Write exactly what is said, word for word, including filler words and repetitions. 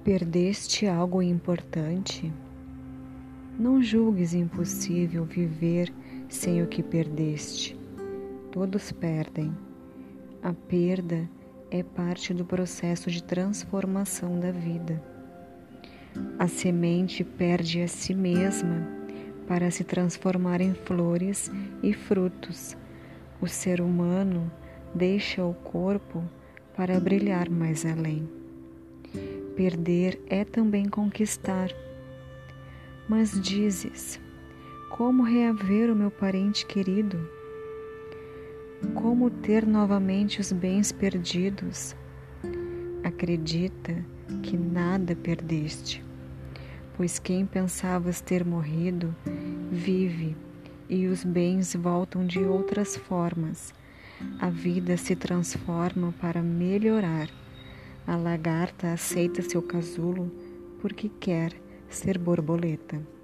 Perdeste algo importante? Não julgues impossível viver sem o que perdeste. Todos perdem. A perda é parte do processo de transformação da vida. A semente perde a si mesma para se transformar em flores e frutos. O ser humano deixa o corpo para brilhar mais além. Perder é também conquistar. Mas dizes: como reaver o meu parente querido? Como ter novamente os bens perdidos? Acredita que nada perdeste, pois quem pensavas ter morrido, vive, e os bens voltam de outras formas. A vida se transforma para melhorar. A lagarta aceita seu casulo porque quer ser borboleta.